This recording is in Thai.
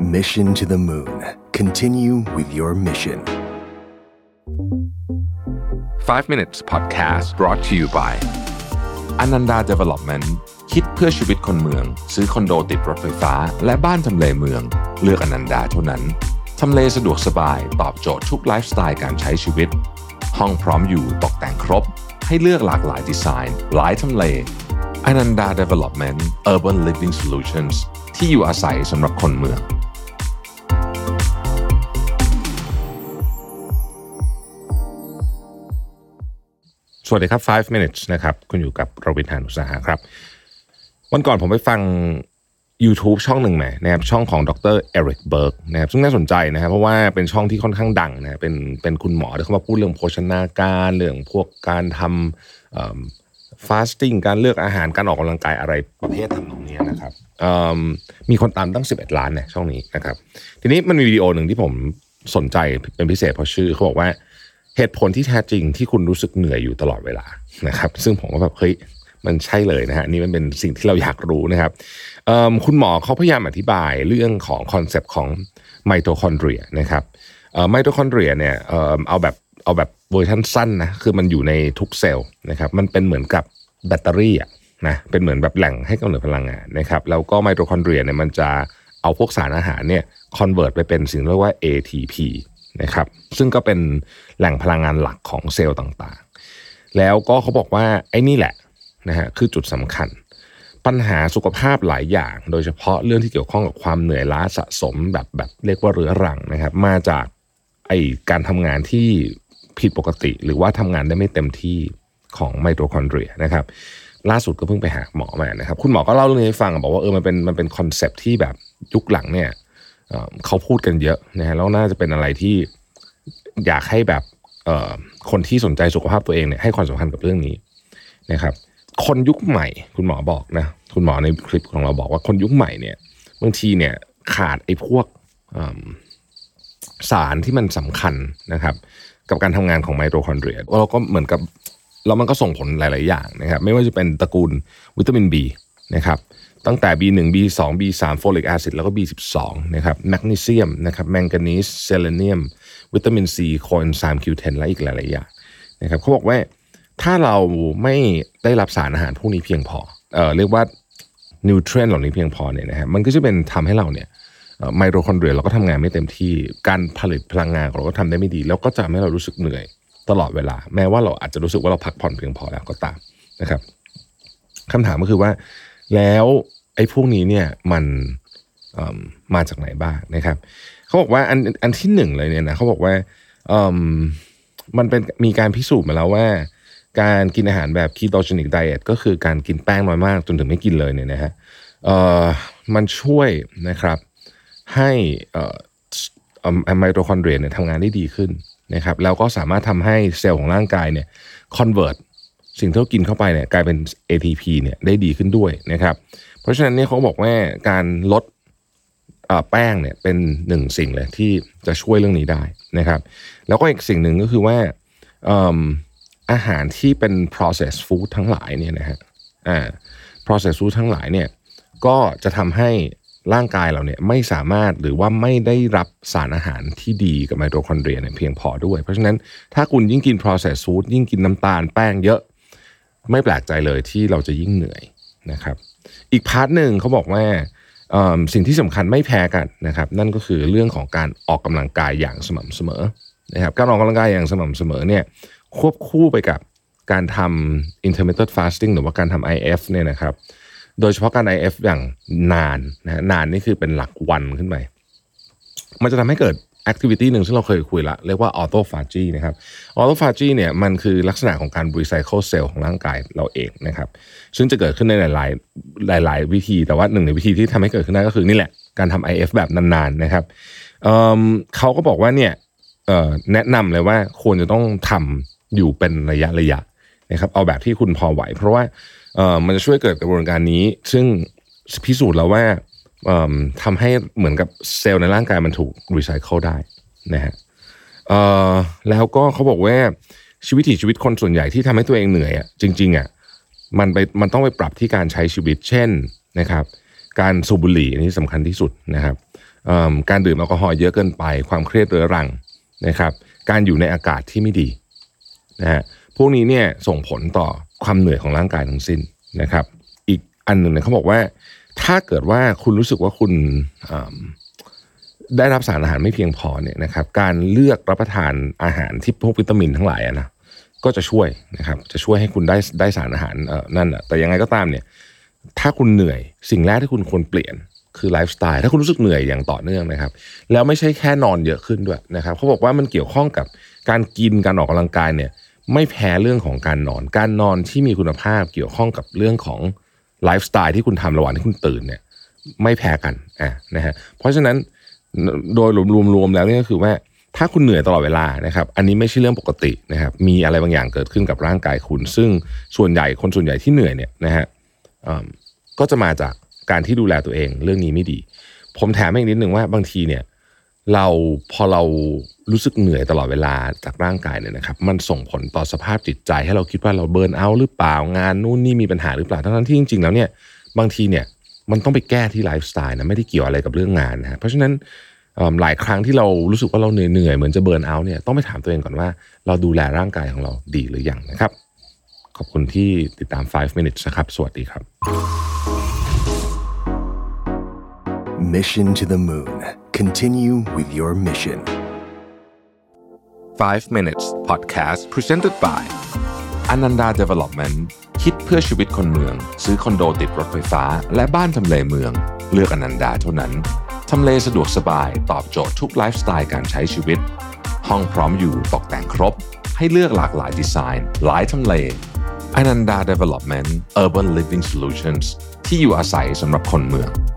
Mission to the Moon. Continue with your mission. 5 minutes podcast brought to you by Ananda Development คิดเพื่อชีวิตคนเมืองซื้อคอนโดติดรถไฟฟ้าและบ้านทำเลเมืองเลือกอนันดาเท่านั้นทำเลสะดวกสบายตอบโจทย์ทุกไลฟ์สไตล์การใช้ชีวิตห้องพร้อมอยู่ตกแต่งครบให้เลือกหลากหลายดีไซน์หลายทำเลอนันดา Development Urban Living Solutions ที่อยู่อาศัยสำหรับคนเมืองสวัสดีครับ5 minutes นะครับคุณอยู่กับรวิน หาญอุตสาหะครับวันก่อนผมไปฟัง YouTube ช่องหนึ่งมานะครับช่องของดร. เอริกเบิร์กนะครับซึ่งน่าสนใจนะครับเพราะว่าเป็นช่องที่ค่อนข้างดังนะเป็นคุณหมอที่เขามาพูดเรื่องโภชนาการเรื่องพวกการทำfasting การเลือกอาหารการออกกำลังกายอะไรประเภททำนองนี้นะครับมีคนตามตั้ง11 ล้านเนี่ยช่องนี้นะครับทีนี้มันมีวิดีโอหนึ่งที่ผมสนใจเป็นพิเศษเพราะชื่อเขาบอกว่าเหตุผลที่แท้จริงที่คุณรู้สึกเหนื่อยอยู่ตลอดเวลานะครับซึ่งผมก็แบบเฮ้ยมันใช่เลยนะฮะนี่มันเป็นสิ่งที่เราอยากรู้นะครับคุณหมอเขาพยายามอธิบายเรื่องของคอนเซปต์ของไมโทคอนเดรียนะครับไมโทคอนเดรียเนี่ยเอาแบบเวอร์ชันสั้นนะคือมันอยู่ในทุกเซลล์นะครับมันเป็นเหมือนกับแบตเตอรี่อ่ะนะเป็นเหมือนแบบแหล่งให้กำเนิดพลังงานนะครับแล้วก็ไมโทคอนเดรียเนี่ยมันจะเอาพวกสารอาหารเนี่ยคอนเวิร์ตไปเป็นสิ่งเรียกว่า ATP นะครับซึ่งก็เป็นแหล่งพลังงานหลักของเซลล์ต่างๆแล้วก็เขาบอกว่าไอ้นี่แหละนะฮะคือจุดสำคัญปัญหาสุขภาพหลายอย่างโดยเฉพาะเรื่องที่เกี่ยวข้องกับความเหนื่อยล้าสะสมแบบเรียกว่าเรื้อรังนะครับมาจากไอ้การทำงานที่ผิดปกติหรือว่าทำงานได้ไม่เต็มที่ของไมโทคอนเดรียนะครับล่าสุดก็เพิ่งไปหาหมอมานะครับคุณหมอก็เล่าเรื่องนี้ให้ฟังบอกว่ามันเป็นคอนเซปต์ที่แบบยุคหลังเนี่ยเขาพูดกันเยอะนะฮะแล้วน่าจะเป็นอะไรที่อยากให้แบบคนที่สนใจสุขภาพตัวเองเนี่ยให้ความสำคัญกับเรื่องนี้นะครับคนยุคใหม่คุณหมอบอกนะคุณหมอในคลิปของเราบอกว่าคนยุคใหม่เนี่ยบางทีเนี่ยขาดไอ้พวกสารที่มันสำคัญนะครับกับการทำงานของไมโทคอนเดรียเราก็เหมือนกับแล้วมันก็ส่งผลหลายๆอย่างนะครับไม่ว่าจะเป็นตระกูลวิตามิน B นะครับตั้งแต่ B1 B2 B3 โฟลิกแอซิดแล้วก็ B12 นะครับแมกนีเซียมนะครับแมงกานีสเซเลเนียมวิตามิน C โคเอนไซม์ Q10 และอีกหลายๆอย่างนะครับเขาบอกว่าถ้าเราไม่ได้รับสารอาหารพวกนี้เพียงพอเรียกว่านิวเทรียนเหล่านี้เพียงพอเนี่ยนะฮะมันก็จะเป็นทำให้เราเนี่ยไมโทคอนเดรียเราก็ทำงานไม่เต็มที่การผลิตพลังงานของเราก็ทำได้ไม่ดีแล้วก็จะทำให้เรารู้สึกเหนื่อยตลอดเวลาแม้ว่าเราอาจจะรู้สึกว่าเราพักผ่อนเพียงพอแล้วก็ตามนะครับคำถามก็คือว่าแล้วไอ้พวกนี้เนี่ยมันมาจากไหนบ้างนะครับเขาบอกว่าอันที่หนึ่งเลยเนี่ยนะเขาบอกว่ามันเป็นมีการพิสูจน์มาแล้วว่าการกินอาหารแบบ ketogenic diet ก็คือการกินแป้งน้อยมากจนถึงไม่กินเลยเนี่ยนะฮะมันช่วยนะครับให้ไมโทคอนเดรียเนี่ยทำงานได้ดีขึ้นนะครับแล้วก็สามารถทำให้เซลล์ของร่างกายเนี่ยคอนเวิร์ตสิ่งที่เรากินเข้าไปเนี่ยกลายเป็น ATP เนี่ยได้ดีขึ้นด้วยนะครับเพราะฉะนั้นเนี่ยเขาบอกว่าการลดแป้งเนี่ยเป็นหนึ่งสิ่งเลยที่จะช่วยเรื่องนี้ได้นะครับแล้วก็อีกสิ่งหนึ่งก็คือว่าอาหารที่เป็น processed food ทั้งหลายเนี่ยนะฮะprocessed food ทั้งหลายเนี่ยก็จะทำให้ร่างกายเราเนี่ยไม่สามารถหรือว่าไม่ได้รับสารอาหารที่ดีกับไมโทคอนเดรียเนี่ยเพียงพอด้วยเพราะฉะนั้นถ้าคุณยิ่งกิน processed food ยิ่งกินน้ำตาลแป้งเยอะไม่แปลกใจเลยที่เราจะยิ่งเหนื่อยนะครับอีกพาร์ทหนึ่งเขาบอกว่าสิ่งที่สำคัญไม่แพ้กันนะครับนั่นก็คือเรื่องของการออกกำลังกายอย่างสม่ำเสมอนะครับการออกกำลังกายอย่างสม่ำเสมอเนี่ยควบคู่ไปกับการทำ intermittent fasting หรือว่าการทำ IF เนี่ยนะครับโดยเฉพาะการ IF อย่างนานนะนานนี่คือเป็นหลักวันขึ้นไปมันจะทำให้เกิด activity หนึ่งซึ่งเราเคยคุยละเรียกว่า autophagy นะครับ autophagy เนี่ยมันคือลักษณะของการ recycle เซลล์ของร่างกายเราเองนะครับซึ่งจะเกิดขึ้นในหลายวิธีแต่ว่าหนึ่งในวิธีที่ทำให้เกิดขึ้นได้ก็คือนี่แหละการทำ IF แบบนานๆนะครับเขาก็บอกว่าเนี่ยแนะนำเลยว่าควรจะต้องทำอยู่เป็นระยะนะครับเอาแบบที่คุณพอไหวเพราะว่ามันจะช่วยเกิดกระบวนการนี้ซึ่งพิสูจน์แล้วว่าทำให้เหมือนกับเซลล์ในร่างกายมันถูกรีไซเคิลได้นะฮะแล้วก็เขาบอกว่าชีวิตคนส่วนใหญ่ที่ทำให้ตัวเองเหนื่อยอ่ะจริงๆอ่ะมันต้องไปปรับที่การใช้ชีวิตเช่นนะครับการสูบบุหรี่นี่สำคัญที่สุดนะครับการดื่มแอลกอฮอล์เยอะเกินไปความเครียดเรื้อรังนะครับการอยู่ในอากาศที่ไม่ดีนะฮะพวกนี้เนี่ยส่งผลต่อความเหนื่อยของร่างกายทั้งสิ้นนะครับอีกอันหนึ่งเนี่ยเขาบอกว่าถ้าเกิดว่าคุณรู้สึกว่าคุณได้รับสารอาหารไม่เพียงพอเนี่ยนะครับการเลือกรับประทานอาหารที่พวกวิตามินทั้งหลายนะก็จะช่วยนะครับจะช่วยให้คุณได้สารอาหารนั่นแหละแต่ยังไงก็ตามเนี่ยถ้าคุณเหนื่อยสิ่งแรกที่คุณควรเปลี่ยนคือไลฟ์สไตล์ถ้าคุณรู้สึกเหนื่อยอย่างต่อเนื่องนะครับแล้วไม่ใช่แค่นอนเยอะขึ้นด้วยนะครับเขาบอกว่ามันเกี่ยวข้องกับการกินการออกกำลังกายเนี่ยไม่แพ้เรื่องของการนอนที่มีคุณภาพเกี่ยวข้องกับเรื่องของไลฟ์สไตล์ที่คุณทำระหว่างที่คุณตื่นเนี่ยไม่แพ้กันนะฮะเพราะฉะนั้นโดยรวมๆแล้วเนี่ยก็คือว่าถ้าคุณเหนื่อยตลอดเวลานะครับอันนี้ไม่ใช่เรื่องปกตินะครับมีอะไรบางอย่างเกิดขึ้นกับร่างกายคุณซึ่งคนส่วนใหญ่ที่เหนื่อยเนี่ยนะฮะก็จะมาจากการที่ดูแลตัวเองเรื่องนี้ไม่ดีผมแถมอีกนิดนึงว่าบางทีเนี่ยพอเรารู้สึกเหนื่อยตลอดเวลาจากร่างกายเนี่ยนะครับมันส่งผลต่อสภาพจิตใจให้เราคิดว่าเราเบิร์นเอาท์หรือเปล่างานนู่นนี่มีปัญหาหรือเปล่าทั้งที่จริงๆแล้วเนี่ยบางทีเนี่ยมันต้องไปแก้ที่ไลฟ์สไตล์นะไม่ได้เกี่ยวอะไรกับเรื่องงานนะเพราะฉะนั้นหลายครั้งที่เรารู้สึกว่าเราเหนื่อยเหมือนจะเบิร์นเอาท์เนี่ยต้องไปถามตัวเองก่อนว่าเราดูแลร่างกายของเราดีหรือยังนะครับขอบคุณที่ติดตาม5 minutes นะครับสวัสดีครับ Mission to the Moon. Continue with your mission. 5 minutes podcast presented by Ananda Development คิดเพื่อชีวิตคนเมืองซื้อคอนโดติดรถไฟฟ้าและบ้านทำเลเมืองเลือก Ananda เท่านั้นทำเลสะดวกสบายตอบโจทย์ทุกไลฟ์สไตล์การใช้ชีวิตห้องพร้อมอยู่ตกแต่งครบให้เลือกหลากหลายดีไซน์หลายทำเล Ananda Development Urban Living Solutions ที่อยู่อาศัยสำหรับคนเมือง